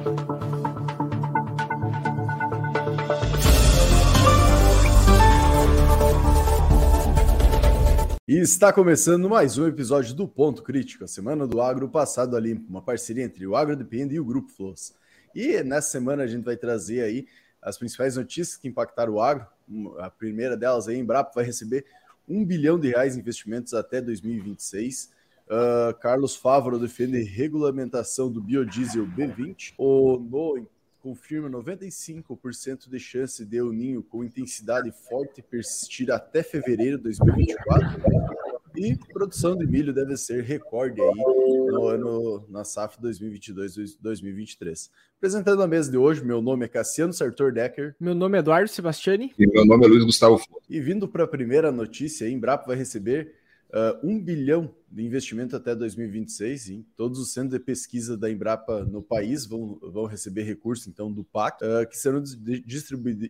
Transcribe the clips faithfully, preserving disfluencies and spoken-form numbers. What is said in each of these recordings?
E está começando mais um episódio do Ponto Crítico, a Semana do Agro Passado a Limpo, uma parceria entre o AgroDepende e o Grupo Flows. E nessa semana a gente vai trazer aí as principais notícias que impactaram o agro. A primeira delas aí, a Embrapa vai receber um bilhão de reais em investimentos até dois mil e vinte e seis. Uh, Carlos Fávaro defende regulamentação do biodiesel B vinte. O NOAA confirma noventa e cinco por cento de chance de El Niño com intensidade forte persistir até fevereiro de dois mil e vinte e quatro. E produção de milho deve ser recorde aí no ano, na safra dois mil e vinte e dois a dois mil e vinte e três. Apresentando a mesa de hoje, meu nome é Cassiano Sartor Decker. Meu nome é Eduardo Sebastiani. E meu nome é Luiz Gustavo Flores. E vindo para a primeira notícia, a Embrapa vai receber uh, um bilhão de investimento até dois mil e vinte e seis. Hein? Todos os centros de pesquisa da Embrapa no país vão, vão receber recursos então, do P A C, uh, que serão distribuídos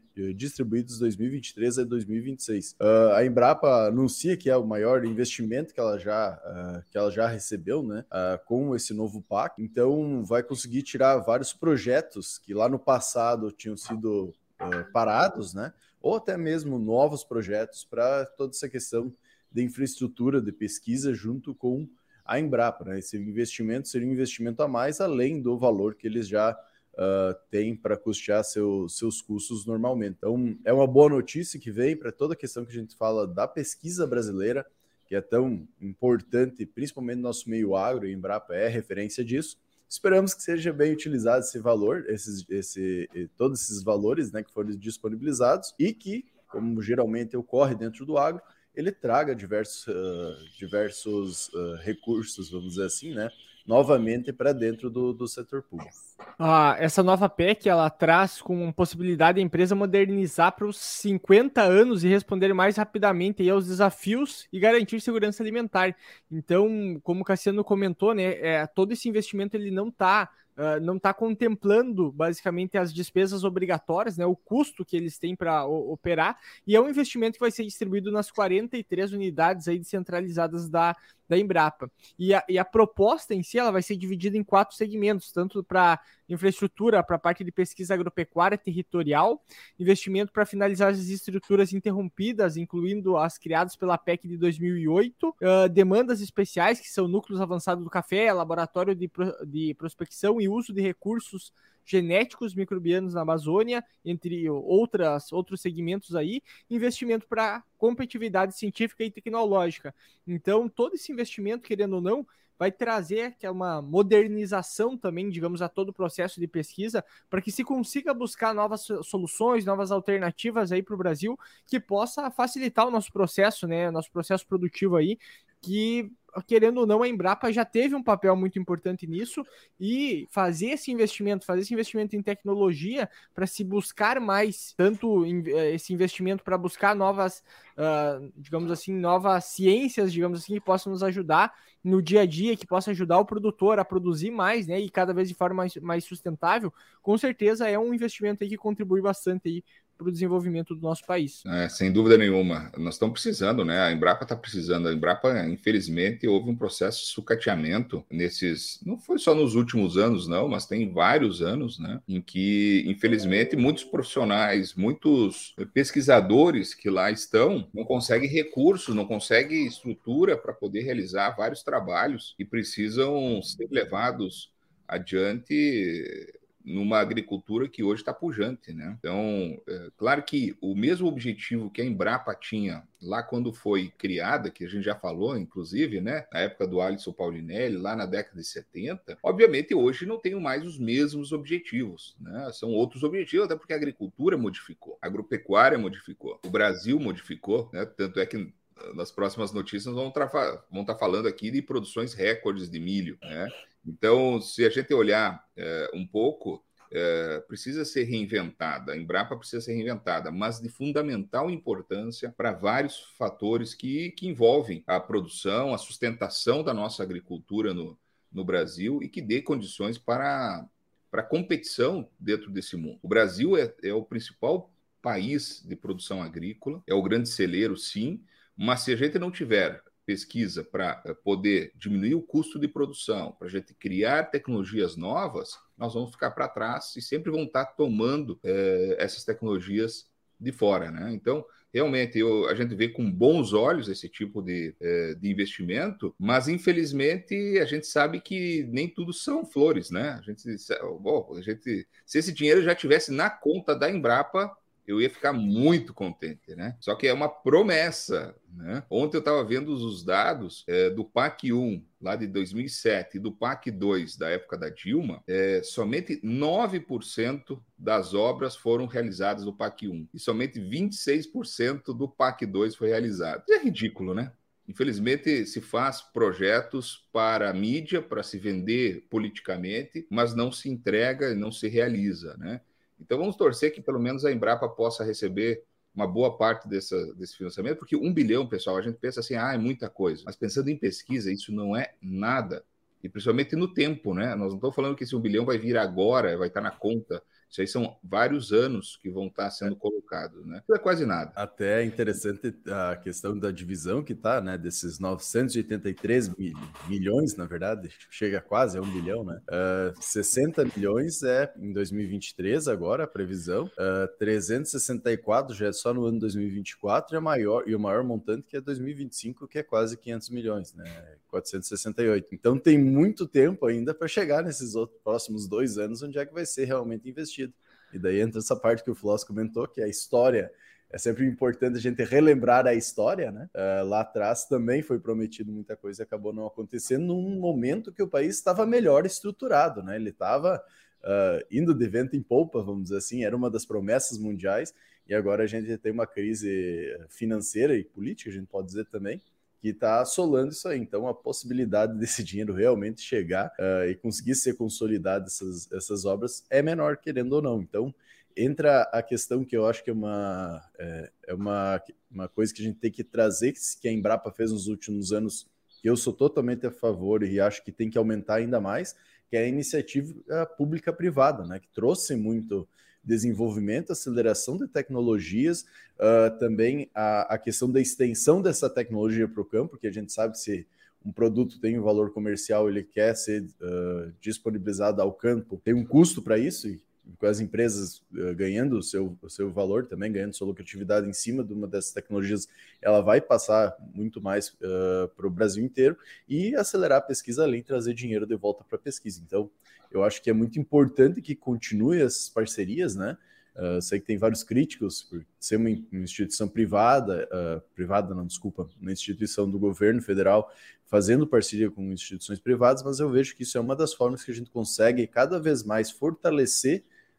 de dois mil e vinte e três a dois mil e vinte e seis. Uh, a Embrapa anuncia que é o maior investimento que ela já, uh, que ela já recebeu, né, uh, com esse novo P A C. Então, vai conseguir tirar vários projetos que lá no passado tinham sido uh, parados, né, ou até mesmo novos projetos para toda essa questão de infraestrutura de pesquisa junto com a Embrapa, né? Esse investimento seria um investimento a mais, além do valor que eles já uh, têm para custear seu, seus custos normalmente. Então, é uma boa notícia que vem para toda a questão que a gente fala da pesquisa brasileira, que é tão importante, principalmente no nosso meio agro, e a Embrapa é referência disso. Esperamos que seja bem utilizado esse valor, esses, esse, todos esses valores, né, que foram disponibilizados e que, como geralmente ocorre dentro do agro, ele traga diversos, uh, diversos uh, recursos, vamos dizer assim, né, novamente para dentro do, do setor público. Ah, essa nova P E C, ela traz com possibilidade a empresa modernizar para os cinquenta anos e responder mais rapidamente aí aos desafios e garantir segurança alimentar. Então, como o Cassiano comentou, né, é, todo esse investimento ele não está Uh, não está contemplando basicamente as despesas obrigatórias, né, o custo que eles têm para operar, e é um investimento que vai ser distribuído nas quarenta e três unidades aí descentralizadas da, da Embrapa. E a, e a proposta em si ela vai ser dividida em quatro segmentos, tanto para infraestrutura, para a parte de pesquisa agropecuária territorial, investimento para finalizar as estruturas interrompidas, incluindo as criadas pela P E C de dois mil e oito, uh, demandas especiais, que são núcleos avançados do café, laboratório de, pro, de prospecção e uso de recursos genéticos microbianos na Amazônia, entre outras, outros segmentos aí, investimento para competitividade científica e tecnológica. Então, todo esse investimento, querendo ou não, vai trazer que é uma modernização também, digamos, a todo o processo de pesquisa, para que se consiga buscar novas soluções, novas alternativas aí para o Brasil, que possa facilitar o nosso processo, né, nosso processo produtivo aí, que, querendo ou não, a Embrapa já teve um papel muito importante nisso, e fazer esse investimento, fazer esse investimento em tecnologia para se buscar mais, tanto esse investimento para buscar novas, uh, digamos assim, novas ciências, digamos assim, que possam nos ajudar no dia a dia, que possa ajudar o produtor a produzir mais, né, e cada vez de forma mais, mais sustentável, com certeza é um investimento aí que contribui bastante aí para o desenvolvimento do nosso país. É, sem dúvida nenhuma. Nós estamos precisando, né? A Embrapa está precisando. A Embrapa, infelizmente, houve um processo de sucateamento nesses... Não foi só nos últimos anos, não, mas tem vários anos, né? Em que, infelizmente, muitos profissionais, muitos pesquisadores que lá estão, não conseguem recursos, não conseguem estrutura para poder realizar vários trabalhos e precisam ser levados adiante numa agricultura que hoje está pujante, né? Então, é, claro que o mesmo objetivo que a Embrapa tinha lá quando foi criada, que a gente já falou, inclusive, né? Na época do Alisson Paulinelli, lá na década de setenta, obviamente hoje não tem mais os mesmos objetivos, né? São outros objetivos, até porque a agricultura modificou, a agropecuária modificou, o Brasil modificou, né? Tanto é que nas próximas notícias vão estar falando aqui de produções recordes de milho, né? Então, se a gente olhar é, um pouco, é, precisa ser reinventada, a Embrapa precisa ser reinventada, mas de fundamental importância para vários fatores que, que envolvem a produção, a sustentação da nossa agricultura no, no Brasil e que dê condições para, para competição dentro desse mundo. O Brasil é, é o principal país de produção agrícola, é o grande celeiro, sim, mas se a gente não tiver pesquisa para poder diminuir o custo de produção, para a gente criar tecnologias novas, nós vamos ficar para trás e sempre vão estar tomando é, essas tecnologias de fora, né? Então, realmente, eu, a gente vê com bons olhos esse tipo de, é, de investimento, mas, infelizmente, a gente sabe que nem tudo são flores, né? A gente, bom, a gente, se esse dinheiro já tivesse na conta da Embrapa, eu ia ficar muito contente, né? Só que é uma promessa, né? Ontem eu estava vendo os dados é, do P A C um, lá de dois mil e sete, e do P A C dois, da época da Dilma, é, somente nove por cento das obras foram realizadas no P A C um, e somente vinte e seis por cento do P A C dois foi realizado. Isso é ridículo, né? Infelizmente, se faz projetos para a mídia, para se vender politicamente, mas não se entrega e não se realiza, né? Então, vamos torcer que pelo menos a Embrapa possa receber uma boa parte dessa, desse financiamento, porque um bilhão, pessoal, a gente pensa assim, ah, é muita coisa. Mas pensando em pesquisa, isso não é nada. E principalmente no tempo, né? Nós não estamos falando que esse um bilhão vai vir agora, vai estar na conta. Isso aí são vários anos que vão estar sendo colocados, né? Não é quase nada. Até é interessante a questão da divisão que está, né? Desses novecentos e oitenta e três milhões, na verdade, chega quase a um bilhão, né? Uh, sessenta milhões é em dois mil e vinte e três agora, a previsão. Uh, trezentos e sessenta e quatro já é só no ano dois mil e vinte e quatro e, a maior, e o maior montante que é dois mil e vinte e cinco, que é quase quinhentos milhões, né? quatrocentos e sessenta e oito. Então tem muito tempo ainda para chegar nesses outros próximos dois anos, onde é que vai ser realmente investido. E daí entra essa parte que o Floss comentou, que é a história. É sempre importante a gente relembrar a história, né? Uh, lá atrás também foi prometido muita coisa e acabou não acontecendo num momento que o país estava melhor estruturado, né? Ele estava uh, indo de vento em polpa, vamos dizer assim, era uma das promessas mundiais, e agora a gente tem uma crise financeira e política, a gente pode dizer também, que está assolando isso aí. Então, a possibilidade desse dinheiro realmente chegar uh, e conseguir ser consolidado essas, essas obras é menor, querendo ou não. Então, entra a questão que eu acho que é uma, é, é uma, uma coisa que a gente tem que trazer, que a Embrapa fez nos últimos anos, que eu sou totalmente a favor e acho que tem que aumentar ainda mais, que é a iniciativa pública-privada, né, que trouxe muito desenvolvimento, aceleração de tecnologias, uh, também a, a questão da extensão dessa tecnologia para o campo, porque a gente sabe que se um produto tem um valor comercial, ele quer ser uh, disponibilizado ao campo, tem um custo para isso, e com as empresas uh, ganhando o seu, o seu valor também, ganhando sua lucratividade em cima de uma dessas tecnologias, ela vai passar muito mais uh, para o Brasil inteiro e acelerar a pesquisa, além de trazer dinheiro de volta para a pesquisa. Então, eu acho que é muito importante que continue essas parcerias, né? Uh, sei que tem vários críticos por ser uma, uma instituição privada, uh, privada não, desculpa, uma instituição do governo federal fazendo parceria com instituições privadas, mas eu vejo que isso é uma das formas que a gente consegue cada vez mais fortalecer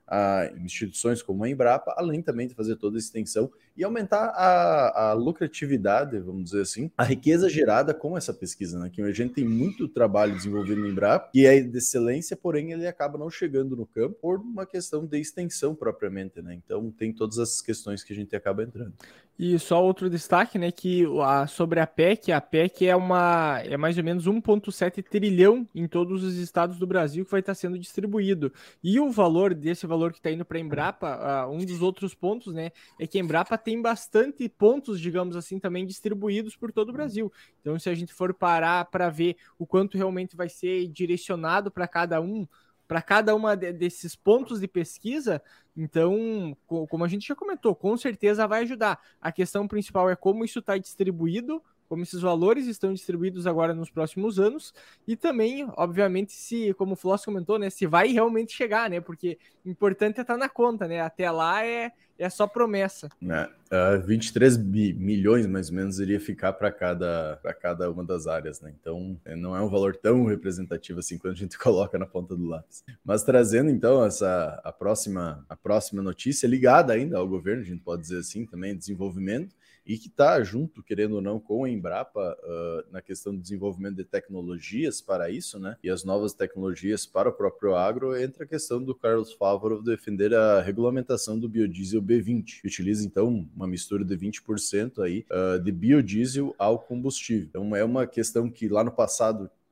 a instituições como a Embrapa, além também de fazer toda a extensão e aumentar a, a lucratividade, vamos dizer assim, a riqueza gerada com essa pesquisa, né? Que a gente tem muito trabalho desenvolvido no Embrapa, que é de excelência, porém ele acaba não chegando no campo por uma questão de extensão propriamente, né? Então tem todas essas questões que a gente acaba entrando. E só outro destaque, né, que a, sobre a P E C, a P E C é, uma, é mais ou menos um vírgula sete trilhão em todos os estados do Brasil que vai estar sendo distribuído. E o valor desse valor que está indo para a Embrapa, uh, um dos outros pontos, né, é que a Embrapa tem bastante pontos, digamos assim, também distribuídos por todo o Brasil. Então, se a gente for parar para ver o quanto realmente vai ser direcionado para cada um, para cada uma de, desses pontos de pesquisa, então, como a gente já comentou, com certeza vai ajudar. A questão principal é como isso está distribuído, como esses valores estão distribuídos agora nos próximos anos, e também, obviamente, se, como o Floss comentou, né, se vai realmente chegar, né, porque o importante é estar na conta, né, até lá é, é só promessa. É, uh, vinte e três milhões, mais ou menos, iria ficar para cada, para cada uma das áreas, né, então não é um valor tão representativo assim quando a gente coloca na ponta do lápis. Mas trazendo, então, essa, a, próxima, a próxima notícia ligada ainda ao governo, a gente pode dizer assim, também, desenvolvimento, e que está junto, querendo ou não, com a Embrapa uh, na questão do desenvolvimento de tecnologias para isso, né? E as novas tecnologias para o próprio agro, entra a questão do Carlos Fávaro defender a regulamentação do biodiesel B vinte, que utiliza, então, uma mistura de vinte por cento aí, uh, de biodiesel ao combustível. Então, é uma questão que lá no passado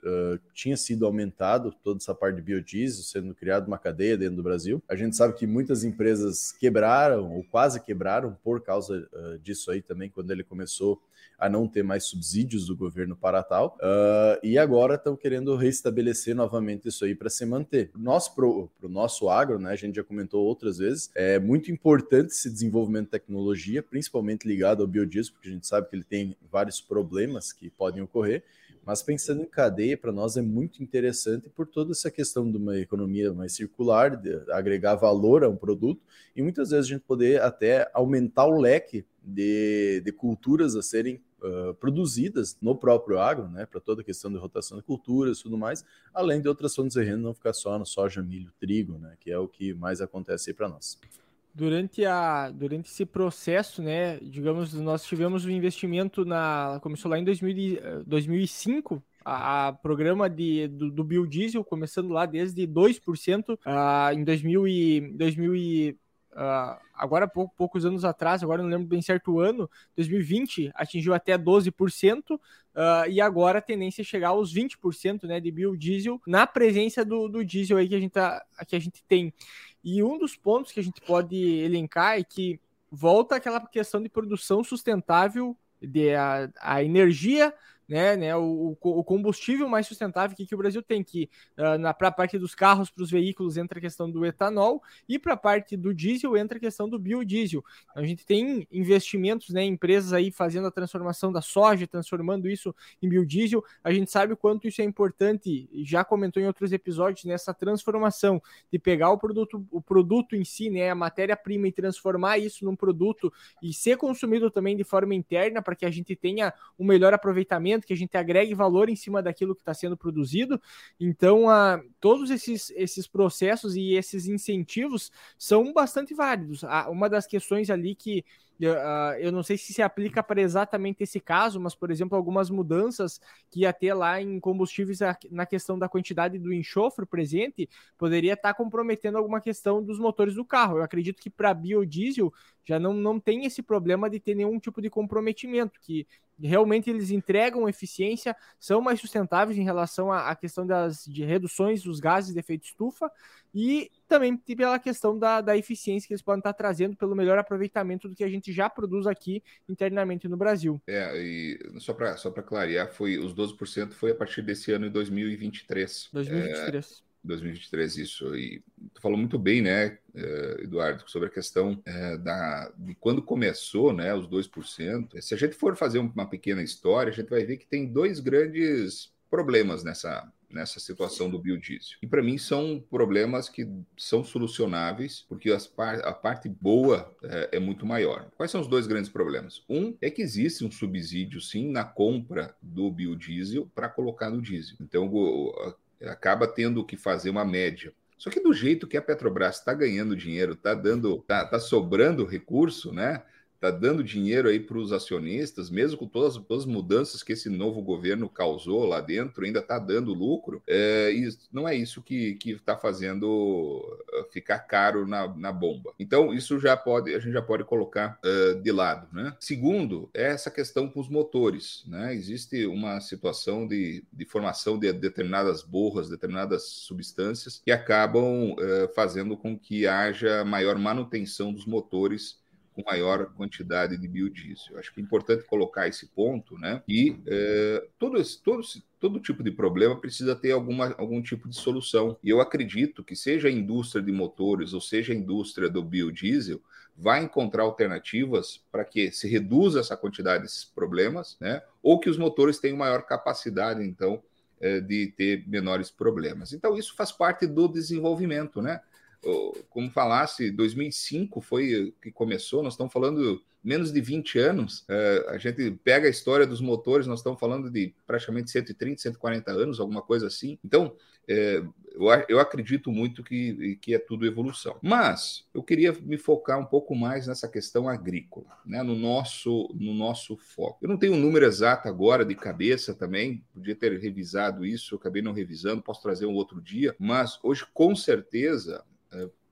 uh, tinha sido aumentado, toda essa parte de biodiesel, sendo criada uma cadeia dentro do Brasil. A gente sabe que muitas empresas quebraram, ou quase quebraram, por causa uh, disso aí também, quando ele começou a não ter mais subsídios do governo para tal, uh, e agora estão querendo restabelecer novamente isso aí para se manter. Nós, para o nosso agro, né, a gente já comentou outras vezes, é muito importante esse desenvolvimento de tecnologia, principalmente ligado ao biodiesel, porque a gente sabe que ele tem vários problemas que podem ocorrer, mas pensando em cadeia, para nós é muito interessante por toda essa questão de uma economia mais circular, de agregar valor a um produto, e muitas vezes a gente poder até aumentar o leque de, de culturas a serem uh, produzidas no próprio agro, né, para toda a questão de rotação de culturas e tudo mais, além de outras fontes de renda, não ficar só no soja, milho, trigo, né, que é o que mais acontece aí para nós. Durante, a, durante esse processo, né, digamos, nós tivemos um investimento na, começou lá em dois mil e cinco, a, a programa de, do, do biodiesel, começando lá desde dois por cento, uh, em dois mil e, dois mil e uh, agora pou, poucos anos atrás, agora não lembro bem certo o ano, dois mil e vinte atingiu até doze por cento, uh, e agora a tendência é chegar aos vinte por cento, né, de biodiesel, na presença do, do diesel aí que a gente, tá, que a gente tem. E um dos pontos que a gente pode elencar é que volta aquela questão de produção sustentável, de a, a energia, né, né, o, o combustível mais sustentável que, que o Brasil tem, que uh, para a parte dos carros, para os veículos, entra a questão do etanol, e para a parte do diesel entra a questão do biodiesel. A gente tem investimentos, né, empresas aí fazendo a transformação da soja, transformando isso em biodiesel. A gente sabe o quanto isso é importante, já comentou em outros episódios, nessa transformação de pegar o produto, o produto em si, né, a matéria-prima, e transformar isso num produto e ser consumido também de forma interna, para que a gente tenha um melhor aproveitamento, que a gente agregue valor em cima daquilo que está sendo produzido. Então, a, todos esses, esses processos e esses incentivos são bastante válidos. A, uma das questões ali que Uh, eu não sei se se aplica para exatamente esse caso, mas, por exemplo, algumas mudanças que ia ter lá em combustíveis na questão da quantidade do enxofre presente, poderia estar comprometendo alguma questão dos motores do carro. Eu acredito que para biodiesel já não, não tem esse problema de ter nenhum tipo de comprometimento, que realmente eles entregam eficiência, são mais sustentáveis em relação à, à questão das de reduções dos gases de efeito estufa, e também pela questão da, da eficiência que eles podem estar trazendo pelo melhor aproveitamento do que a gente já produz aqui internamente no Brasil. É, e só para só para clarear, foi, os doze por cento foi a partir desse ano, em dois mil e vinte e três. dois mil e vinte e três. É, dois mil e vinte e três, isso. E tu falou muito bem, né, Eduardo, sobre a questão é, da, de quando começou, né, os dois por cento. Se a gente for fazer uma pequena história, a gente vai ver que tem dois grandes problemas nessa, nessa situação do biodiesel. E para mim são problemas que são solucionáveis, porque as par a parte boa é, é muito maior. Quais são os dois grandes problemas? Um é que existe um subsídio, sim, na compra do biodiesel para colocar no diesel. Então, o, acaba tendo que fazer uma média. Só que do jeito que a Petrobras está ganhando dinheiro, está dando, tá, tá sobrando recurso, né? Está dando dinheiro aí para os acionistas, mesmo com todas, todas as mudanças que esse novo governo causou lá dentro, ainda está dando lucro. É, e não é isso que está fazendo ficar caro na, na bomba. Então, isso já pode, a gente já pode colocar uh, de lado, né? Segundo, é essa questão com os motores, né? Existe uma situação de, de formação de determinadas borras, determinadas substâncias que acabam uh, fazendo com que haja maior manutenção dos motores com maior quantidade de biodiesel. Acho que é importante colocar esse ponto, né? E é, todo, esse, todo, todo tipo de problema precisa ter alguma, algum tipo de solução. E eu acredito que seja a indústria de motores ou seja a indústria do biodiesel, vai encontrar alternativas para que se reduza essa quantidade desses problemas, né? Ou que os motores tenham maior capacidade, então, é, de ter menores problemas. Então, isso faz parte do desenvolvimento, né? Como falasse, dois mil e cinco foi que começou, nós estamos falando menos de vinte anos, é, a gente pega a história dos motores, nós estamos falando de praticamente cento e trinta, cento e quarenta anos, alguma coisa assim. Então, é, eu, eu acredito muito que, que é tudo evolução. Mas eu queria me focar um pouco mais nessa questão agrícola, né, no nosso, no nosso foco. Eu não tenho um número exato agora de cabeça também, podia ter revisado isso, eu acabei não revisando, posso trazer um outro dia, mas hoje, com certeza,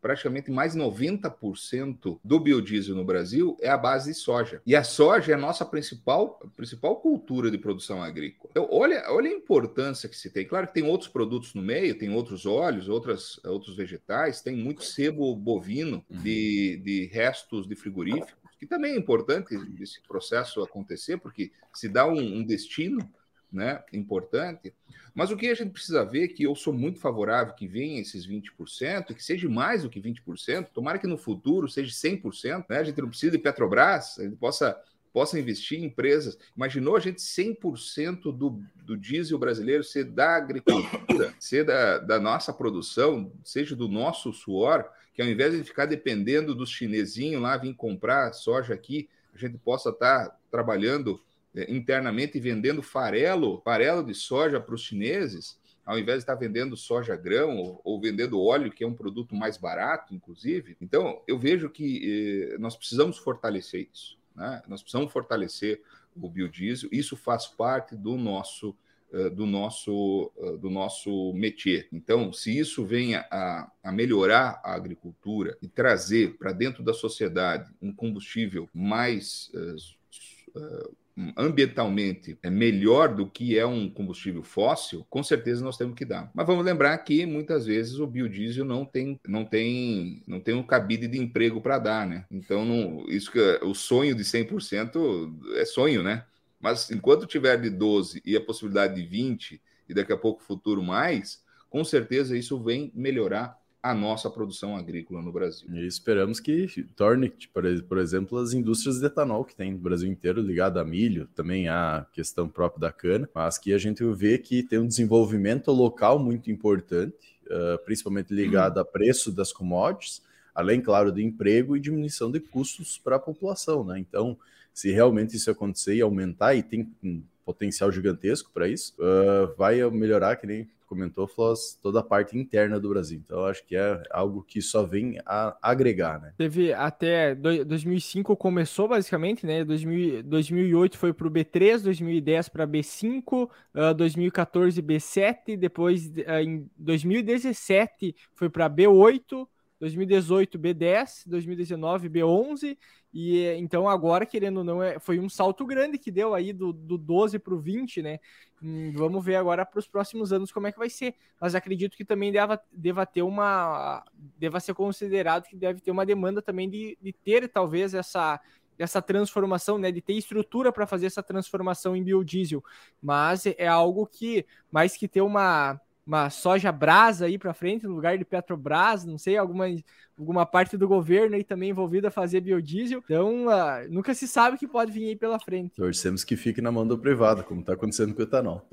praticamente mais noventa por cento do biodiesel no Brasil é a base de soja. E a soja é a nossa principal, principal cultura de produção agrícola. Então, olha, olha a importância que se tem. Claro que tem outros produtos no meio, tem outros óleos, outras, outros vegetais, tem muito sebo bovino de, de restos de frigoríficos, que também é importante esse processo acontecer, porque se dá um, um destino, né, importante. Mas o que a gente precisa ver é que eu sou muito favorável que venha esses vinte por cento, e que seja mais do que vinte por cento, tomara que no futuro seja cem por cento, né? A gente não precisa de Petrobras, a gente possa, possa investir em empresas. Imaginou a gente cem por cento do, do diesel brasileiro ser da agricultura, ser da, da nossa produção, seja do nosso suor, que ao invés de ficar dependendo dos chinesinhos lá vir comprar soja aqui, a gente possa estar trabalhando internamente vendendo farelo, farelo de soja para os chineses, ao invés de estar vendendo soja grão ou, ou vendendo óleo, que é um produto mais barato, inclusive. Então, eu vejo que eh, nós precisamos fortalecer isso, né? Nós precisamos fortalecer o biodiesel. Isso faz parte do nosso, uh, do nosso, uh, do nosso métier. Então, se isso venha a, a melhorar a agricultura e trazer para dentro da sociedade um combustível mais uh, uh, ambientalmente é melhor do que é um combustível fóssil, com certeza nós temos que dar. Mas vamos lembrar que muitas vezes o biodiesel não tem, não tem, não tem um cabide de emprego para dar, né? Então, não, isso que o sonho de cem por cento é sonho, né? Mas enquanto tiver de doze e a possibilidade de vinte e daqui a pouco futuro mais, com certeza isso vem melhorar a nossa produção agrícola no Brasil. E esperamos que torne, por exemplo, as indústrias de etanol que tem no Brasil inteiro ligado a milho, também a questão própria da cana, mas que a gente vê que tem um desenvolvimento local muito importante, uh, principalmente ligado hum. a preço das commodities, além, claro, de emprego e diminuição de custos para a população, né? Então, se realmente isso acontecer e aumentar, e tem um potencial gigantesco para isso, uh, vai melhorar, que nem comentou, Floss, toda a parte interna do Brasil. Então, eu acho que é algo que só vem a agregar, né? Teve até dois mil e cinco começou basicamente, né? dois mil, dois mil e oito foi para o B três, dois mil e dez para B cinco, uh, dois mil e quatorze B sete, depois uh, em dois mil e dezessete foi para B oito, dois mil e dezoito B dez, dois mil e dezenove B onze, e então agora, querendo ou não, é, foi um salto grande que deu aí do, do doze para o vinte, né? Hum, vamos ver agora para os próximos anos como é que vai ser, mas acredito que também deva, deva ter uma, deva ser considerado que deve ter uma demanda também de, de ter talvez essa, essa transformação, né? De ter estrutura para fazer essa transformação em biodiesel, mas é algo que, mais que ter uma... uma soja brasa aí para frente, no lugar de Petrobras, não sei, alguma, alguma parte do governo aí também envolvida a fazer biodiesel. Então, uh, nunca se sabe o que pode vir aí pela frente. Torcemos que fique na mão do privado, como está acontecendo com o etanol.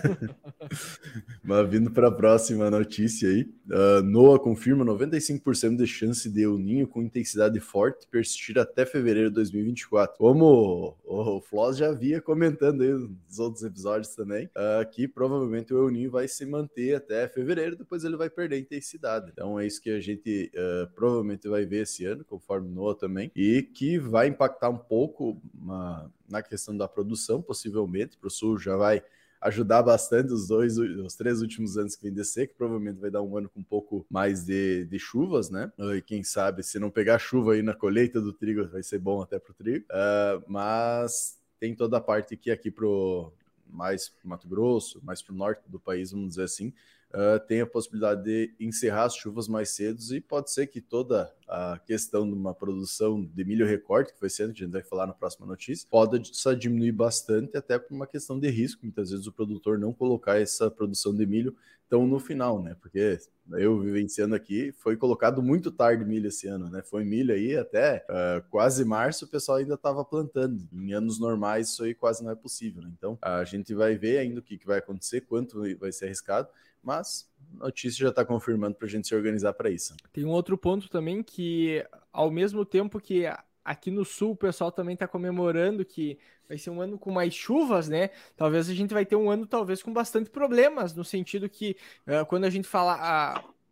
Mas vindo para a próxima notícia aí, uh, NOAA confirma noventa e cinco por cento de chance de El Niño com intensidade forte persistir até fevereiro de dois mil e vinte e quatro. Como o, o Floss já havia comentando aí nos outros episódios também, uh, que provavelmente o El Niño vai se manter até fevereiro, depois ele vai perder a intensidade. Então é isso que a gente uh, provavelmente vai ver esse ano, conforme NOAA também, e que vai impactar um pouco uma, na questão da produção, possivelmente, para o sul já vai ajudar bastante os dois, os três últimos anos que vem descer, que provavelmente vai dar um ano com um pouco mais de, de chuvas, né? E quem sabe, se não pegar chuva aí na colheita do trigo, vai ser bom até para o trigo. Uh, mas tem toda a parte que aqui pro mais pro Mato Grosso, mais para o norte do país, vamos dizer assim, uh, tem a possibilidade de encerrar as chuvas mais cedo, e pode ser que toda a questão de uma produção de milho recorte, que foi sendo, que a gente vai falar na próxima notícia, pode só diminuir bastante, até por uma questão de risco, muitas vezes o produtor não colocar essa produção de milho tão no final, né? Porque eu vivenciando aqui, foi colocado muito tarde milho esse ano, né? Foi milho aí até uh, quase março, o pessoal ainda estava plantando. Em anos normais isso aí quase não é possível, né? Então a gente vai ver ainda o que, que vai acontecer, quanto vai ser arriscado, mas a notícia já está confirmando para a gente se organizar para isso. Tem um outro ponto também que, ao mesmo tempo que aqui no sul o pessoal também está comemorando que vai ser um ano com mais chuvas, né? Talvez a gente vai ter um ano talvez com bastante problemas, no sentido que uh, quando a gente fala... Uh,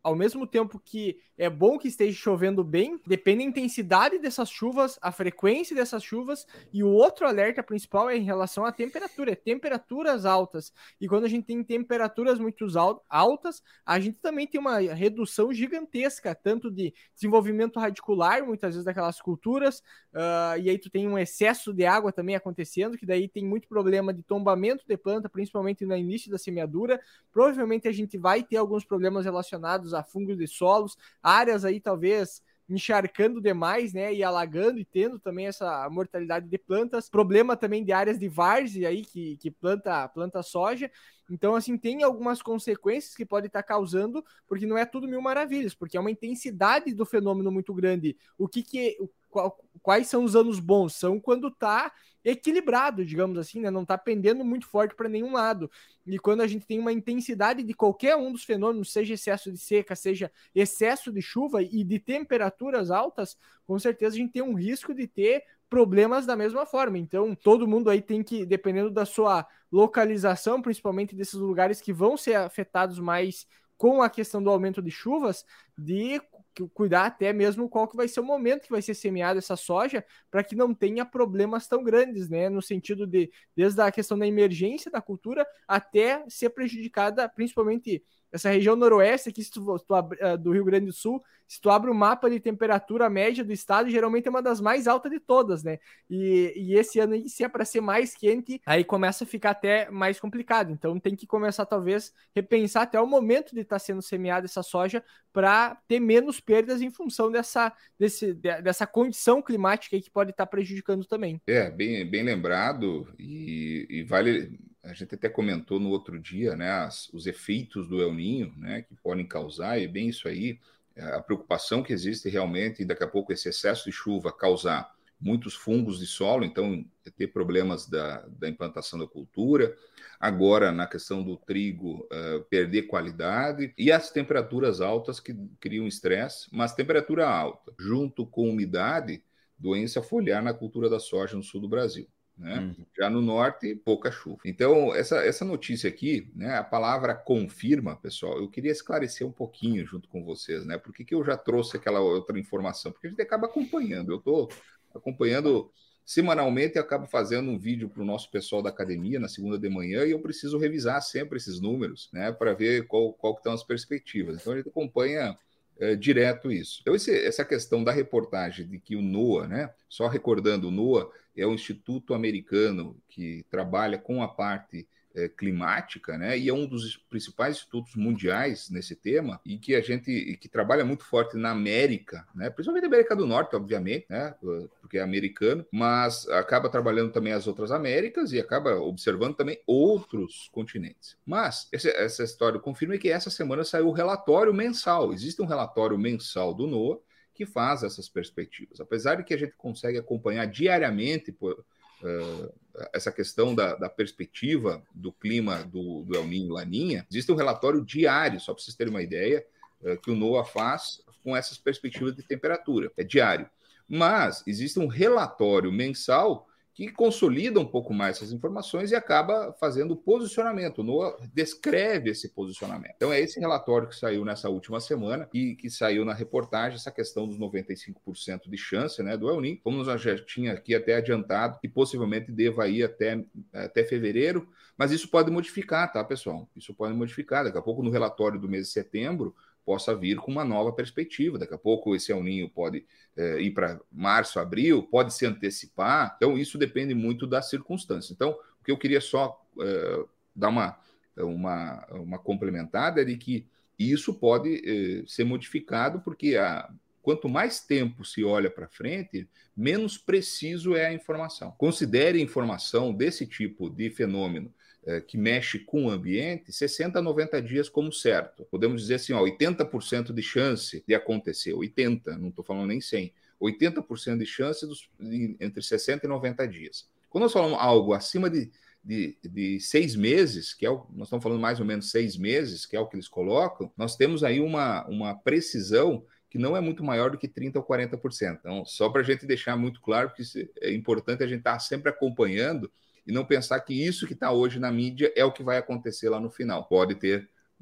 ao mesmo tempo que é bom que esteja chovendo bem, depende da intensidade dessas chuvas, a frequência dessas chuvas, e o outro alerta principal é em relação à temperatura, é temperaturas altas. E quando a gente tem temperaturas muito altas, a gente também tem uma redução gigantesca, tanto de desenvolvimento radicular, muitas vezes daquelas culturas, uh, e aí tu tem um excesso de água também acontecendo, que daí tem muito problema de tombamento de planta, principalmente no início da semeadura. Provavelmente a gente vai ter alguns problemas relacionados a fungos de solos, áreas aí talvez encharcando demais, né, e alagando e tendo também essa mortalidade de plantas, problema também de áreas de várzea aí que, que planta, planta soja. Então, assim, tem algumas consequências que pode estar causando, porque não é tudo mil maravilhas, porque é uma intensidade do fenômeno muito grande. O que que qual, quais são os anos bons? São quando está equilibrado, digamos assim, né? Não está pendendo muito forte para nenhum lado. E quando a gente tem uma intensidade de qualquer um dos fenômenos, seja excesso de seca, seja excesso de chuva e de temperaturas altas, com certeza a gente tem um risco de ter problemas da mesma forma. Então, todo mundo aí tem que, dependendo da sua localização, principalmente desses lugares que vão ser afetados mais com a questão do aumento de chuvas, de cuidar até mesmo qual que vai ser o momento que vai ser semeada essa soja, para que não tenha problemas tão grandes, né, no sentido de, desde a questão da emergência da cultura até ser prejudicada, principalmente essa região noroeste aqui, se tu, se tu, do Rio Grande do Sul, se tu abre o mapa de temperatura média do estado, geralmente é uma das mais altas de todas, né? E, e esse ano aí, se é para ser mais quente, aí começa a ficar até mais complicado. Então tem que começar, talvez, repensar até o momento de estar tá sendo semeada essa soja para ter menos perdas em função dessa, desse, dessa condição climática aí que pode estar tá prejudicando também. É, bem, bem lembrado, e, e vale... A gente até comentou no outro dia, né, as, os efeitos do El Niño, né, que podem causar, e bem isso aí, a preocupação que existe realmente, e daqui a pouco esse excesso de chuva causar muitos fungos de solo, então ter problemas da, da implantação da cultura, agora na questão do trigo, uh, perder qualidade, e as temperaturas altas que criam estresse, mas temperatura alta, junto com umidade, doença foliar na cultura da soja no sul do Brasil. Né? Uhum. Já no norte, pouca chuva. Então, essa, essa notícia aqui, né, a palavra confirma, pessoal, eu queria esclarecer um pouquinho junto com vocês, né? Por que que eu já trouxe aquela outra informação? Porque a gente acaba acompanhando. Eu estou acompanhando semanalmente e acabo fazendo um vídeo para o nosso pessoal da academia na segunda de manhã, e eu preciso revisar sempre esses números, né, para ver qual, qual que estão as perspectivas. Então, a gente acompanha É, direto isso. Então, esse, essa questão da reportagem de que o NOAA, né, só recordando, o NOAA é um instituto americano que trabalha com a parte é, climática, né, e é um dos principais institutos mundiais nesse tema, e que a gente e que trabalha muito forte na América, né, principalmente na América do Norte, obviamente, né, porque é americano, mas acaba trabalhando também as outras Américas e acaba observando também outros continentes. Mas essa, essa história confirma que essa semana saiu o relatório mensal. Existe um relatório mensal do NOAA que faz essas perspectivas. Apesar de que a gente consegue acompanhar diariamente por, uh, essa questão da, da perspectiva do clima do, do El Niño e Laninha, existe um relatório diário, só para vocês terem uma ideia, uh, que o NOAA faz com essas perspectivas de temperatura. É diário. Mas existe um relatório mensal que consolida um pouco mais essas informações e acaba fazendo o posicionamento. O NOAA descreve esse posicionamento. Então, é esse relatório que saiu nessa última semana e que saiu na reportagem, essa questão dos noventa e cinco por cento de chance, né, do El Niño, como nós já tinha aqui até adiantado, que possivelmente deva ir até, até fevereiro, mas isso pode modificar, tá, pessoal? Isso pode modificar. Daqui a pouco, no relatório do mês de setembro, possa vir com uma nova perspectiva. Daqui a pouco esse El Niño pode é, ir para março, abril, pode se antecipar. Então, isso depende muito das circunstâncias. Então, o que eu queria só é, dar uma, uma, uma complementada é de que isso pode é, ser modificado, porque a, quanto mais tempo se olha para frente, menos preciso é a informação. Considere informação desse tipo de fenômeno que mexe com o ambiente, sessenta a noventa dias como certo. Podemos dizer assim, ó, oitenta por cento de chance de acontecer, oitenta, não estou falando nem cem, oitenta por cento de chance dos, de, entre sessenta e noventa dias. Quando nós falamos algo acima de, de, de seis meses, que é o, nós estamos falando mais ou menos seis meses, que é o que eles colocam, nós temos aí uma, uma precisão que não é muito maior do que trinta ou quarenta por cento. Então, só para a gente deixar muito claro que é importante a gente estar sempre acompanhando e não pensar que isso que está hoje na mídia é o que vai acontecer lá no final. Pode ter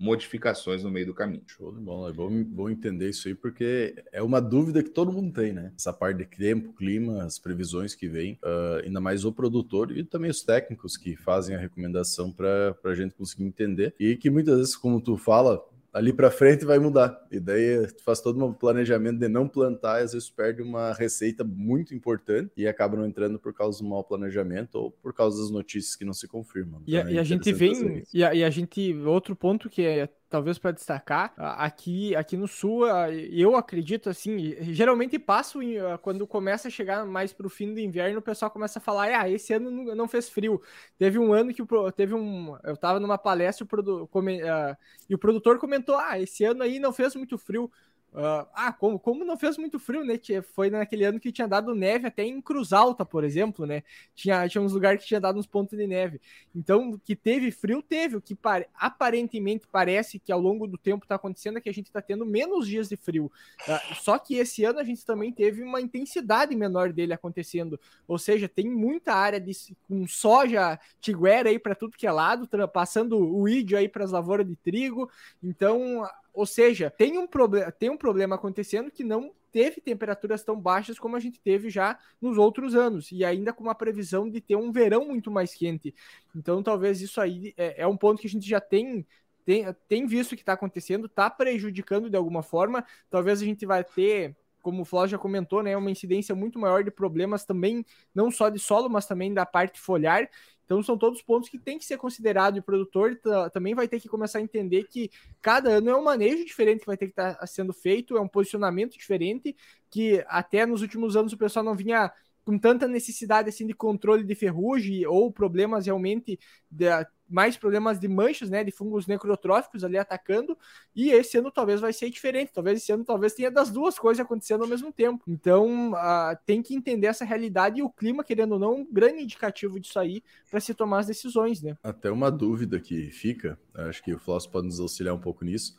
modificações no meio do caminho. Show de bola, é bom, bom entender isso aí, porque é uma dúvida que todo mundo tem, né? Essa parte de tempo, clima, as previsões que vêm, uh, ainda mais o produtor e também os técnicos que fazem a recomendação para a gente conseguir entender. E que muitas vezes, como tu fala, ali para frente vai mudar. E daí tu faz todo um planejamento de não plantar e às vezes perde uma receita muito importante e acaba não entrando por causa do mau planejamento ou por causa das notícias que não se confirmam. E, então, a, é e a gente vem... E a, e a gente... Outro ponto que é talvez para destacar, aqui, aqui no Sul, eu acredito assim, geralmente passo quando começa a chegar mais para o fim do inverno, o pessoal começa a falar, ah, esse ano não fez frio. Teve um ano que teve um, eu estava numa palestra o produ, come, uh, e o produtor comentou, ah, esse ano aí não fez muito frio. Uh, ah, como, como não fez muito frio, né? Foi naquele ano que tinha dado neve até em Cruz Alta, por exemplo, né? Tinha, tinha uns lugares que tinha dado uns pontos de neve. Então, que teve frio, teve. O que pare... aparentemente parece que ao longo do tempo está acontecendo é que a gente está tendo menos dias de frio. Uh, só que esse ano a gente também teve uma intensidade menor dele acontecendo. Ou seja, tem muita área de, com soja tiguera aí para tudo que é lado, passando o ídio aí para as lavouras de trigo. Então... Ou seja, tem um, problem- tem um problema acontecendo que não teve temperaturas tão baixas como a gente teve já nos outros anos, e ainda com uma previsão de ter um verão muito mais quente. Então, talvez isso aí é, é um ponto que a gente já tem, tem, tem visto que está acontecendo, está prejudicando de alguma forma. Talvez a gente vai ter, como o Flávio já comentou, né, uma incidência muito maior de problemas também, não só de solo, mas também da parte foliar. Então, são todos pontos que tem que ser considerado, e o produtor t- também vai ter que começar a entender que cada ano é um manejo diferente que vai ter que estar tá sendo feito, é um posicionamento diferente, que até nos últimos anos o pessoal não vinha com tanta necessidade assim de controle de ferrugem ou problemas realmente, de, mais problemas de manchas, né, de fungos necrotróficos ali atacando, e esse ano talvez vai ser diferente, talvez esse ano talvez tenha das duas coisas acontecendo ao mesmo tempo. Então, uh, tem que entender essa realidade, e o clima, querendo ou não, um grande indicativo disso aí para se tomar as decisões, né? Até uma dúvida que fica, acho que o Flávio pode nos auxiliar um pouco nisso,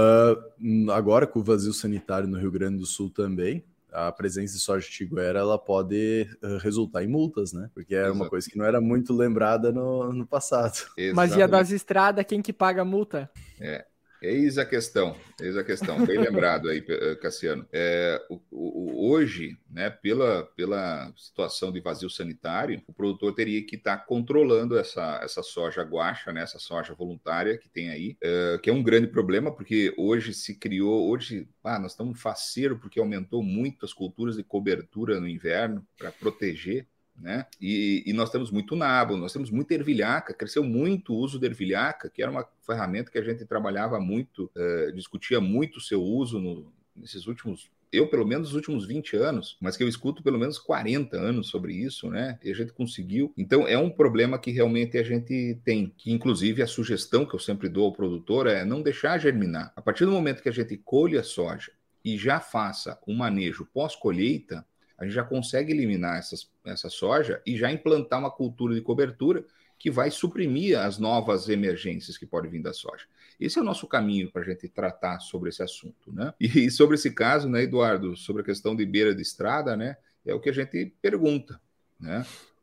uh, agora com o vazio sanitário no Rio Grande do Sul também, a presença de soja tiguera, ela pode uh, resultar em multas, né? Porque era Exato. Uma coisa que não era muito lembrada no, no passado. Exatamente. Mas e a das estradas, quem que paga a multa? É. Eis a questão, eis a questão, bem lembrado aí, Cassiano. É, o, o, hoje, né, pela, pela situação de vazio sanitário, o produtor teria que estar tá controlando essa, essa soja guaxa, né, essa soja voluntária que tem aí, é, que é um grande problema, porque hoje se criou, hoje ah, nós estamos faceiro porque aumentou muito as culturas de cobertura no inverno para proteger. Né? E, e nós temos muito nabo, nós temos muita ervilhaca, cresceu muito o uso da ervilhaca, que era uma ferramenta que a gente trabalhava muito, uh, discutia muito o seu uso no, nesses últimos, eu pelo menos nos últimos vinte anos, mas que eu escuto pelo menos quarenta anos sobre isso, né? E a gente conseguiu. Então é um problema que realmente a gente tem, que inclusive a sugestão que eu sempre dou ao produtor é não deixar germinar. A partir do momento que a gente colhe a soja e já faça um manejo pós-colheita, a gente já consegue eliminar essas, essa soja e já implantar uma cultura de cobertura que vai suprimir as novas emergências que podem vir da soja. Esse é o nosso caminho para a gente tratar sobre esse assunto, né? E sobre esse caso, né, Eduardo, sobre a questão de beira de estrada, né, é o que a gente pergunta, né?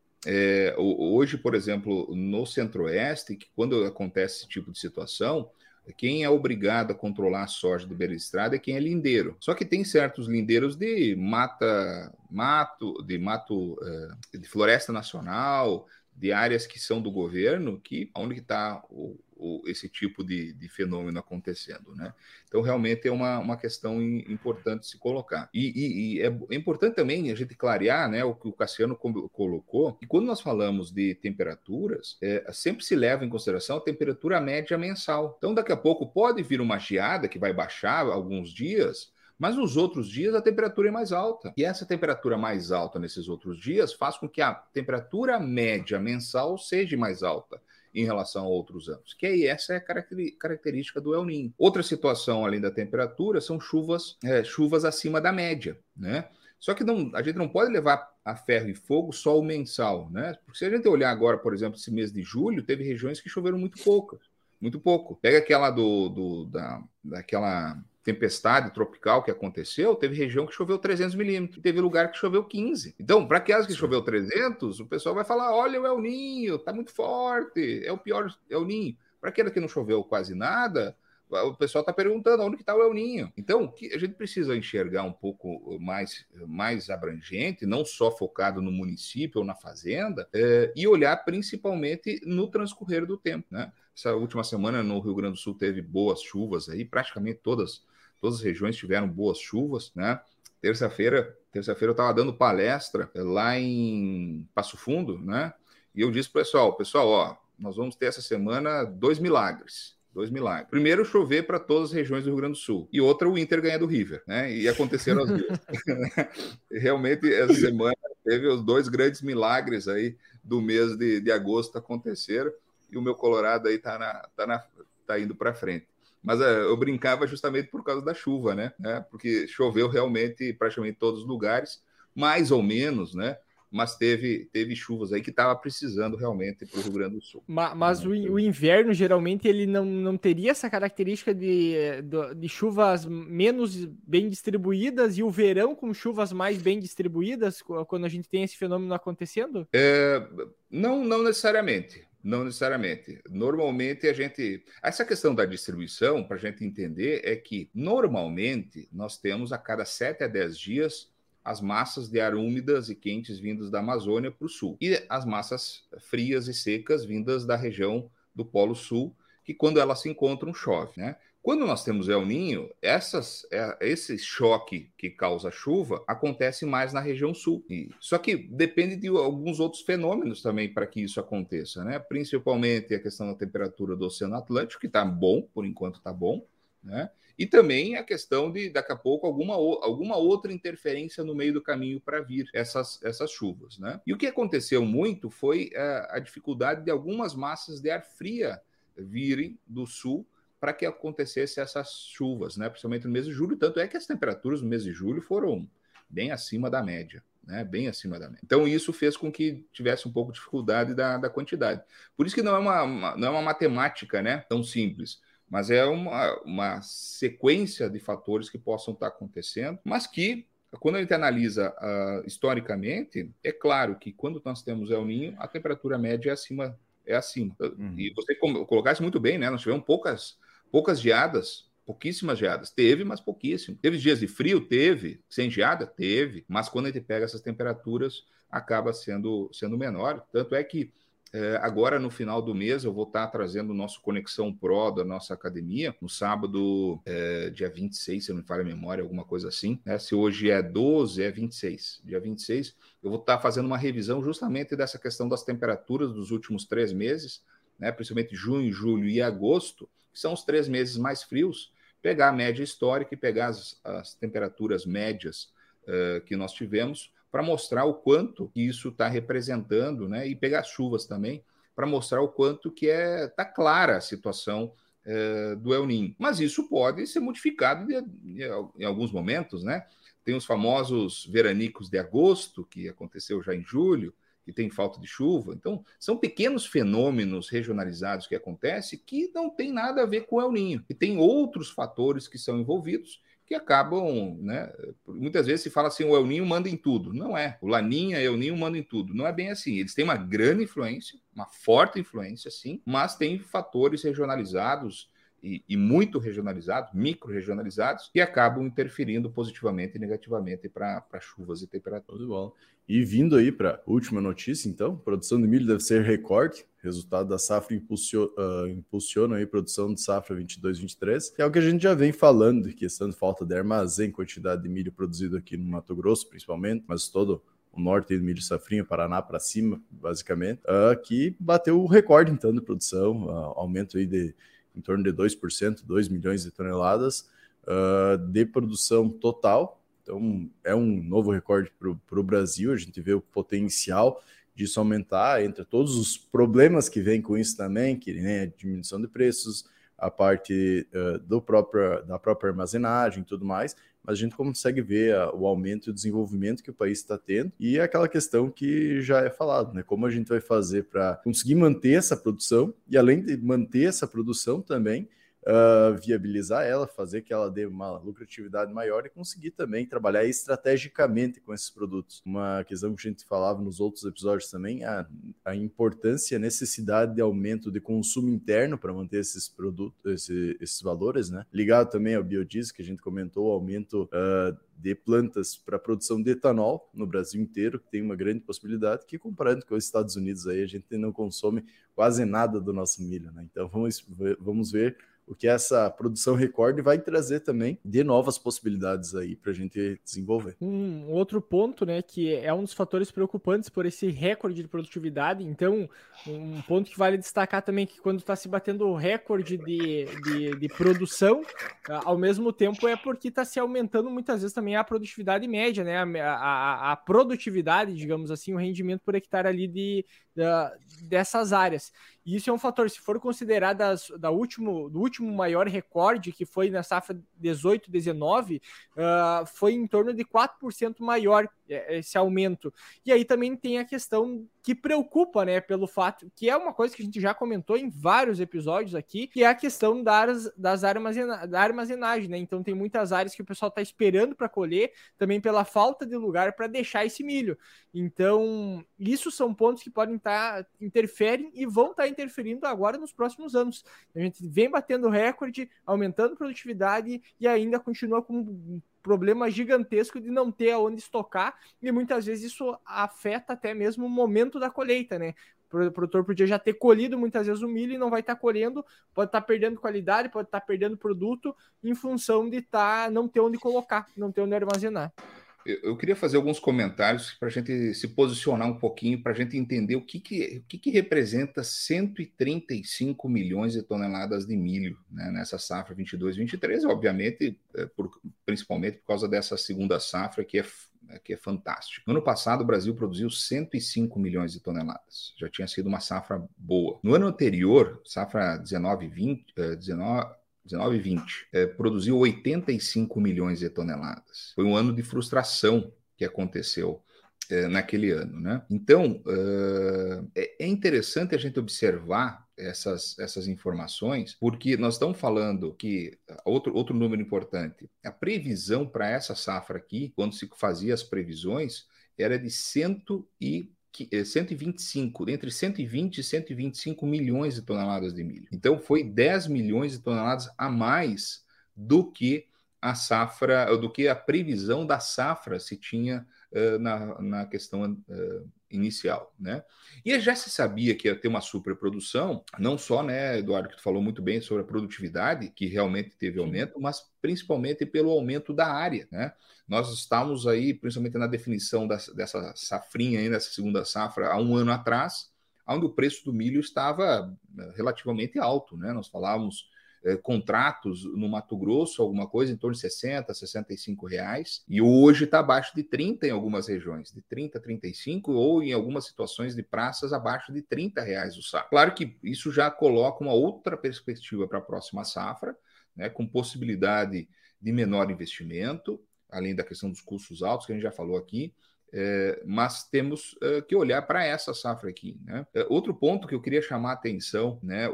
É, hoje, por exemplo, no Centro-Oeste, que quando acontece esse tipo de situação, quem é obrigado a controlar a soja de beira de estrada é quem é lindeiro. Só que tem certos lindeiros de mata, mato, de mato, de floresta nacional, de áreas que são do governo, que onde está o, o, esse tipo de, de fenômeno acontecendo, né? Então, realmente é uma, uma questão importante de se colocar. E, e, e é importante também a gente clarear, né, o que o Cassiano colocou, que quando nós falamos de temperaturas, é, sempre se leva em consideração a temperatura média mensal. Então, daqui a pouco pode vir uma geada que vai baixar alguns dias, mas nos outros dias a temperatura é mais alta. E essa temperatura mais alta nesses outros dias faz com que a temperatura média mensal seja mais alta em relação a outros anos. Que aí essa é a característica do El Niño. Outra situação além da temperatura são chuvas, é, chuvas acima da média, né? Só que não, a gente não pode levar a ferro e fogo só o mensal, né? Porque se a gente olhar agora, por exemplo, esse mês de julho, teve regiões que choveram muito poucas, muito pouco. Pega aquela do, do da, daquela tempestade tropical que aconteceu, teve região que choveu trezentos milímetros, teve lugar que choveu quinze. Então, para aquelas que Sim. choveu trezentos, o pessoal vai falar, olha o El Niño, tá muito forte, é o pior El Niño. Para aquela que não choveu quase nada, o pessoal está perguntando onde que está o El Ninho. Então, a gente precisa enxergar um pouco mais, mais abrangente, não só focado no município ou na fazenda, é, e olhar principalmente no transcorrer do tempo, né? Essa última semana no Rio Grande do Sul teve boas chuvas aí, praticamente todas, todas as regiões tiveram boas chuvas, né? Terça-feira, terça-feira eu estava dando palestra lá em Passo Fundo, né? E eu disse pro pessoal, pessoal, ó, nós vamos ter essa semana dois milagres. Dois milagres. Primeiro, chover para todas as regiões do Rio Grande do Sul. E outra, o Inter ganhar do River, né? E aconteceram as duas. Realmente, essa semana teve os dois grandes milagres aí do mês de, de agosto aconteceram. E o meu Colorado aí tá, na, tá, na, tá indo para frente. Mas é, eu brincava justamente por causa da chuva, né? É, porque choveu realmente praticamente em todos os lugares, mais ou menos, né? Mas teve, teve chuvas aí que estava precisando realmente para o Rio Grande do Sul. Mas, mas o, o inverno, geralmente, ele não, não teria essa característica de, de, de chuvas menos bem distribuídas e o verão com chuvas mais bem distribuídas, quando a gente tem esse fenômeno acontecendo? É, não, não necessariamente. Não necessariamente. Normalmente a gente... Essa questão da distribuição, para a gente entender, é que normalmente nós temos a cada sete a dez dias as massas de ar úmidas e quentes vindas da Amazônia para o sul. E as massas frias e secas vindas da região do Polo Sul, que quando elas se encontram, chove, né? Quando nós temos El Ninho, essas, esse choque que causa chuva acontece mais na região sul. E, só que depende de alguns outros fenômenos também para que isso aconteça, né? Principalmente a questão da temperatura do Oceano Atlântico, que está bom, por enquanto está bom, né? E também a questão de, daqui a pouco, alguma, alguma outra interferência no meio do caminho para vir essas, essas chuvas, né? E o que aconteceu muito foi a, a dificuldade de algumas massas de ar fria virem do sul para que acontecesse essas chuvas, né? Principalmente no mês de julho. Tanto é que as temperaturas no mês de julho foram bem acima da média, né? Bem acima da média. Então, isso fez com que tivesse um pouco de dificuldade da, da quantidade. Por isso que não é uma, uma, não é uma matemática, né, tão simples, mas é uma, uma sequência de fatores que possam estar acontecendo, mas que, quando a gente analisa uh, historicamente, é claro que quando nós temos El Ninho, a temperatura média é acima. É acima. Uhum. E você colocasse muito bem, né? Nós tivemos poucas, poucas geadas, pouquíssimas geadas. Teve, mas pouquíssimo. Teve dias de frio? Teve. Sem geada? Teve. Mas quando a gente pega essas temperaturas, acaba sendo, sendo menor. Tanto é que É, agora, no final do mês, eu vou estar trazendo o nosso Conexão Pro da nossa academia, no sábado, é, dia vinte e seis, se não me falha a memória, alguma coisa assim. Né? Se hoje é doze, é vinte e seis. Dia vinte e seis, eu vou estar fazendo uma revisão justamente dessa questão das temperaturas dos últimos três meses, né? Principalmente junho, julho e agosto, que são os três meses mais frios, pegar a média histórica e pegar as, as temperaturas médias uh, que nós tivemos, para mostrar o quanto que isso está representando, né? E pegar chuvas também, para mostrar o quanto que é, tá clara a situação é, do El Ninho. Mas isso pode ser modificado de, de, em alguns momentos, né? Tem os famosos veranicos de agosto, que aconteceu já em julho, que tem falta de chuva. Então, são pequenos fenômenos regionalizados que acontecem que não tem nada a ver com o El Ninho. E tem outros fatores que são envolvidos que acabam, né? Muitas vezes se fala assim, o El Ninho manda em tudo. Não é. O Laninha e o El Ninho mandam em tudo. Não é bem assim. Eles têm uma grande influência, uma forte influência, sim, mas tem fatores regionalizados e, e muito regionalizados, micro-regionalizados, que acabam interferindo positivamente e negativamente para chuvas e temperaturas. Bom. E vindo aí para a última notícia, então, produção de milho deve ser recorde. Resultado da safra impulsiona, uh, impulsiona aí a produção de safra vinte e dois, vinte e três, que é o que a gente já vem falando, de questão de falta de armazém, quantidade de milho produzido aqui no Mato Grosso, principalmente, mas todo o norte do milho safrinha, Paraná para cima, basicamente, uh, que bateu o recorde, então, de produção, uh, aumento aí de em torno de dois por cento, dois milhões de toneladas uh, de produção total. Então, é um novo recorde para o Brasil. A gente vê o potencial disso aumentar, entre todos os problemas que vem com isso também, que nem a diminuição de preços, a parte uh, do próprio, da própria armazenagem e tudo mais, mas a gente consegue ver uh, o aumento e o desenvolvimento que o país está tendo, e é aquela questão que já é falado, né? Como a gente vai fazer para conseguir manter essa produção, e além de manter essa produção também, uh, viabilizar ela, fazer que ela dê uma lucratividade maior e conseguir também trabalhar estrategicamente com esses produtos. Uma questão que a gente falava nos outros episódios também, a, a importância, a necessidade de aumento de consumo interno para manter esses produtos, esse, esses valores, né? Ligado também ao biodiesel, que a gente comentou, o aumento uh, de plantas para produção de etanol no Brasil inteiro, que tem uma grande possibilidade, que comparando com os Estados Unidos aí, a gente não consome quase nada do nosso milho, né? Então vamos, vamos ver o que essa produção recorde vai trazer também de novas possibilidades aí para a gente desenvolver. Um outro ponto, né, que é um dos fatores preocupantes por esse recorde de produtividade. Então, um ponto que vale destacar também é que quando está se batendo o recorde de, de, de produção, ao mesmo tempo é porque está se aumentando muitas vezes também a produtividade média, né, a, a, a produtividade, digamos assim, o rendimento por hectare ali de, de, dessas áreas. E isso é um fator, se for considerar das, da último, do último maior recorde, que foi na safra dezoito, dezenove, uh, foi em torno de quatro por cento maior esse aumento. E aí também tem a questão que preocupa, né, pelo fato, que é uma coisa que a gente já comentou em vários episódios aqui, que é a questão das, das armazena, da armazenagem, né? Então tem muitas áreas que o pessoal está esperando para colher, também pela falta de lugar para deixar esse milho. Então, isso são pontos que podem estar, tá, interferem e vão estar tá interferindo agora nos próximos anos. A gente vem batendo recorde, aumentando produtividade e ainda continua com um problema gigantesco de não ter aonde estocar, e muitas vezes isso afeta até mesmo o momento da colheita, né? O produtor podia já ter colhido muitas vezes o milho e não vai estar tá colhendo, pode estar tá perdendo qualidade, pode estar tá perdendo produto em função de tá, não ter onde colocar, não ter onde armazenar. Eu queria fazer alguns comentários para a gente se posicionar um pouquinho, para a gente entender o que, que, o que, que representa cento e trinta e cinco milhões de toneladas de milho, né, nessa safra vinte e dois, vinte e três, obviamente, por, principalmente por causa dessa segunda safra que é, que é fantástica. No ano passado, o Brasil produziu cento e cinco milhões de toneladas, já tinha sido uma safra boa. No ano anterior, safra dezenove, vinte, dezenove, dezenove e vinte, é, produziu oitenta e cinco milhões de toneladas. Foi um ano de frustração que aconteceu é, naquele ano, né? Então, uh, é, é interessante a gente observar essas, essas informações, porque nós estamos falando que, outro, outro número importante, a previsão para essa safra aqui, quando se fazia as previsões, era de cento e cento e vinte e cinco, entre cento e vinte e cento e vinte e cinco milhões de toneladas de milho. Então, foi dez milhões de toneladas a mais do que a safra, do que a previsão da safra se tinha uh, na, na questão uh, inicial, né? E já se sabia que ia ter uma superprodução, não só, né, Eduardo, que tu falou muito bem sobre a produtividade, que realmente teve aumento, mas principalmente pelo aumento da área, né? Nós estamos aí, principalmente na definição das, dessa safrinha aí, dessa segunda safra, há um ano atrás, onde o preço do milho estava relativamente alto, né? Nós falávamos eh, contratos no Mato Grosso, alguma coisa em torno de sessenta, sessenta e cinco reais, e hoje está abaixo de trinta em algumas regiões, de trinta, trinta e cinco, ou em algumas situações de praças abaixo de trinta reais o saco. Claro que isso já coloca uma outra perspectiva para a próxima safra, né, com possibilidade de menor investimento, além da questão dos custos altos, que a gente já falou aqui, é, mas temos é, que olhar para essa safra aqui, né? É, outro ponto que eu queria chamar a atenção, né?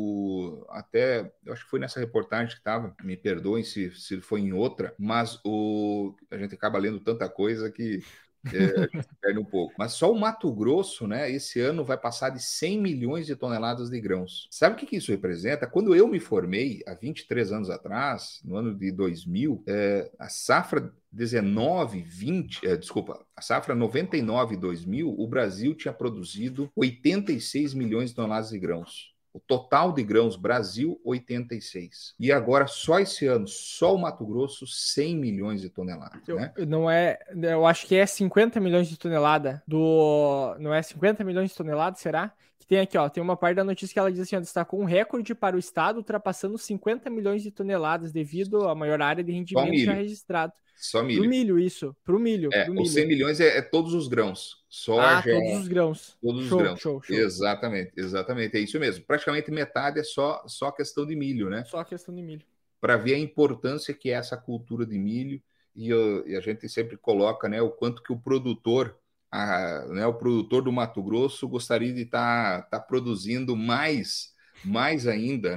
O, até, eu acho que foi nessa reportagem que estava, me perdoem se, se foi em outra, mas o, a gente acaba lendo tanta coisa que É, a gente se perde um pouco. Mas só o Mato Grosso, né, esse ano vai passar de cem milhões de toneladas de grãos. Sabe o que, que isso representa? Quando eu me formei, há vinte e três anos atrás, no ano de dois mil, é, a safra dezenove, vinte, é, desculpa, a safra noventa e nove e dois mil, o Brasil tinha produzido oitenta e seis milhões de toneladas de grãos. O total de grãos, Brasil, oitenta e seis. E agora, só esse ano, só o Mato Grosso, cem milhões de toneladas. Eu, né? Não é, eu acho que é cinquenta milhões de toneladas do... Não é cinquenta milhões de toneladas, será? Que tem aqui, ó, tem uma parte da notícia que ela diz assim, ó, destacou um recorde para o estado, ultrapassando cinquenta milhões de toneladas, devido à maior área de rendimento já registrado. Só milho. Pro milho, isso. Pro milho. É, pro os milho. cem milhões é, é todos os grãos. Soja, ah, todos os grãos. Todos show, os grãos. Show, show. Exatamente, exatamente. É isso mesmo. Praticamente metade é só, só questão de milho, né? Só questão de milho. Para ver a importância que é essa cultura de milho. E, eu, e a gente sempre coloca, né, o quanto que o produtor, a, né, o produtor do Mato Grosso gostaria de estar tá, tá produzindo mais, mais ainda, né?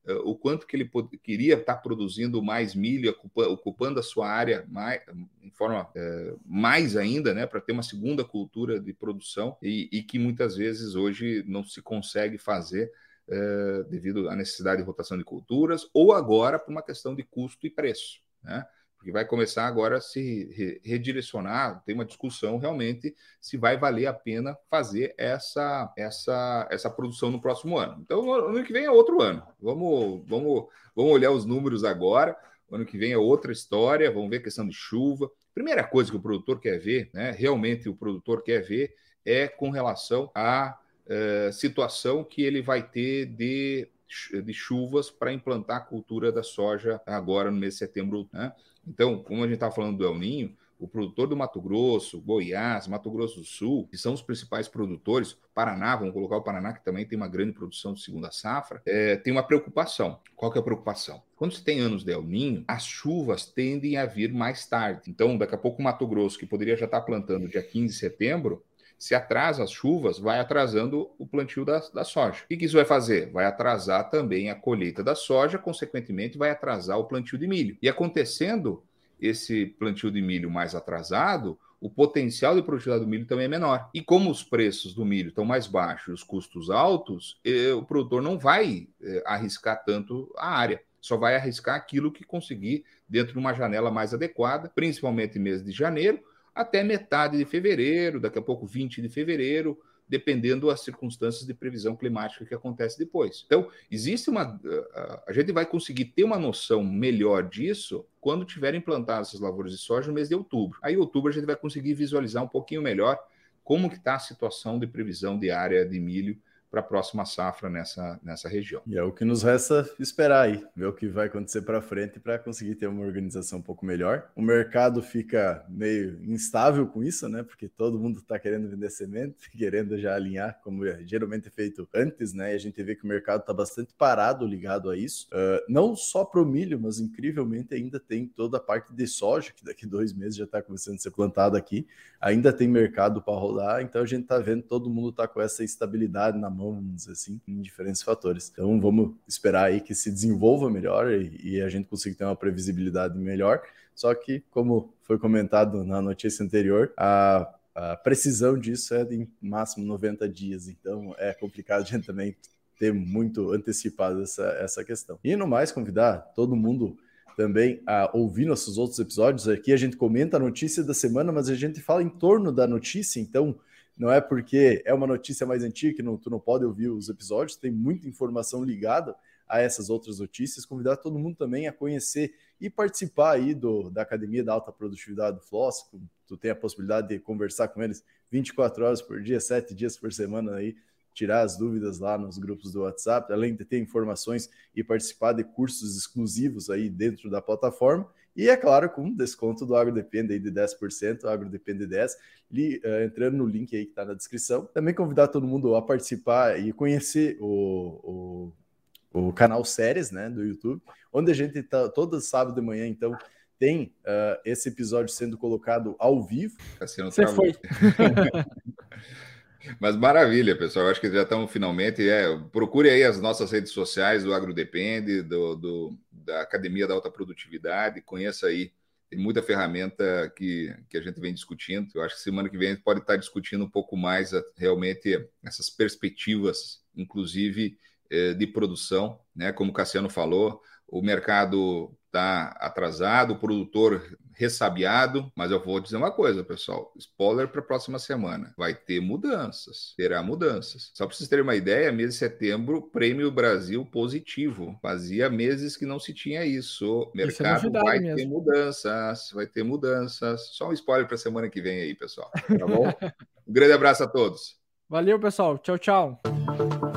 uh, o quanto que ele pod- queria estar produzindo mais milho, ocupa- ocupando a sua área mais, em forma uh, mais ainda, né, para ter uma segunda cultura de produção e, e que muitas vezes hoje não se consegue fazer uh, devido à necessidade de rotação de culturas ou agora por uma questão de custo e preço, né? Porque vai começar agora a se re- redirecionar, tem uma discussão realmente se vai valer a pena fazer essa, essa, essa produção no próximo ano. Então, o ano que vem é outro ano. Vamos, vamos, vamos olhar os números agora. O ano que vem é outra história, vamos ver a questão de chuva. Primeira coisa que o produtor quer ver, né, realmente o produtor quer ver, é com relação à eh, situação que ele vai ter de, de chuvas para implantar a cultura da soja agora no mês de setembro, né? Então, como a gente está falando do El Ninho, o produtor do Mato Grosso, Goiás, Mato Grosso do Sul, que são os principais produtores, Paraná, vamos colocar o Paraná, que também tem uma grande produção de segunda safra, é, tem uma preocupação. Qual que é a preocupação? Quando você tem anos de El Ninho, as chuvas tendem a vir mais tarde. Então, daqui a pouco o Mato Grosso, que poderia já estar plantando dia quinze de setembro, se atrasa as chuvas, vai atrasando o plantio da, da soja. O que, que isso vai fazer? Vai atrasar também a colheita da soja, consequentemente vai atrasar o plantio de milho. E acontecendo esse plantio de milho mais atrasado, o potencial de produtividade do milho também é menor. E como os preços do milho estão mais baixos e os custos altos, eh, o produtor não vai eh, arriscar tanto a área. Só vai arriscar aquilo que conseguir dentro de uma janela mais adequada, principalmente mês de janeiro, até metade de fevereiro, daqui a pouco vinte de fevereiro, dependendo das circunstâncias de previsão climática que acontece depois. Então, existe uma... A gente vai conseguir ter uma noção melhor disso quando tiverem implantadas essas lavouras de soja no mês de outubro. Aí, em outubro, a gente vai conseguir visualizar um pouquinho melhor como que está a situação de previsão de área de milho para a próxima safra nessa, nessa região. E é o que nos resta esperar aí, ver o que vai acontecer para frente para conseguir ter uma organização um pouco melhor. O mercado fica meio instável com isso, né? Porque todo mundo está querendo vender semente, querendo já alinhar, como geralmente é feito antes, né? E a gente vê que o mercado está bastante parado ligado a isso. Uh, não só para o milho, mas incrivelmente ainda tem toda a parte de soja, que daqui a dois meses já está começando a ser plantado aqui. Ainda tem mercado para rodar, então a gente está vendo todo mundo está com essa estabilidade na mão, vamos dizer assim, em diferentes fatores. Então vamos esperar aí que se desenvolva melhor e, e a gente consiga ter uma previsibilidade melhor. Só que, como foi comentado na notícia anterior, a, a precisão disso é de em máximo noventa dias. Então é complicado a gente também ter muito antecipado essa, essa questão. E no mais, convidar todo mundo também a ouvir nossos outros episódios. Aqui a gente comenta a notícia da semana, mas a gente fala em torno da notícia, então não é porque é uma notícia mais antiga que não, tu não pode ouvir os episódios, tem muita informação ligada a essas outras notícias. Convidar todo mundo também a conhecer e participar aí do, da Academia da Alta Produtividade do F L O S. Tu tem a possibilidade de conversar com eles vinte e quatro horas por dia, sete dias por semana aí, tirar as dúvidas lá nos grupos do WhatsApp, além de ter informações e participar de cursos exclusivos aí dentro da plataforma. E, é claro, com desconto do AgroDepende aí de dez por cento, AgroDepende dez, li, uh, entrando no link aí que está na descrição. Também convidar todo mundo a participar e conhecer o, o, o canal Séries, né, do YouTube, onde a gente está todo sábado de manhã, então, tem uh, esse episódio sendo colocado ao vivo. Você foi. Mas maravilha, pessoal. Eu acho que já estamos finalmente. É, procure aí as nossas redes sociais do AgroDepende, do, do, da Academia da Alta Produtividade. Conheça aí. Tem muita ferramenta que, que a gente vem discutindo. Eu acho que semana que vem a gente pode estar discutindo um pouco mais realmente essas perspectivas, inclusive de produção, né? Como o Cassiano falou, o mercado está atrasado, o produtor ressabiado, mas eu vou dizer uma coisa, pessoal, spoiler para a próxima semana, vai ter mudanças, terá mudanças. Só para vocês terem uma ideia, mês de setembro, Prêmio Brasil positivo, fazia meses que não se tinha isso, o mercado isso é vai mesmo. ter mudanças, vai ter mudanças, só um spoiler para a semana que vem aí, pessoal, tá bom? Um grande abraço a todos. Valeu, pessoal, tchau, tchau.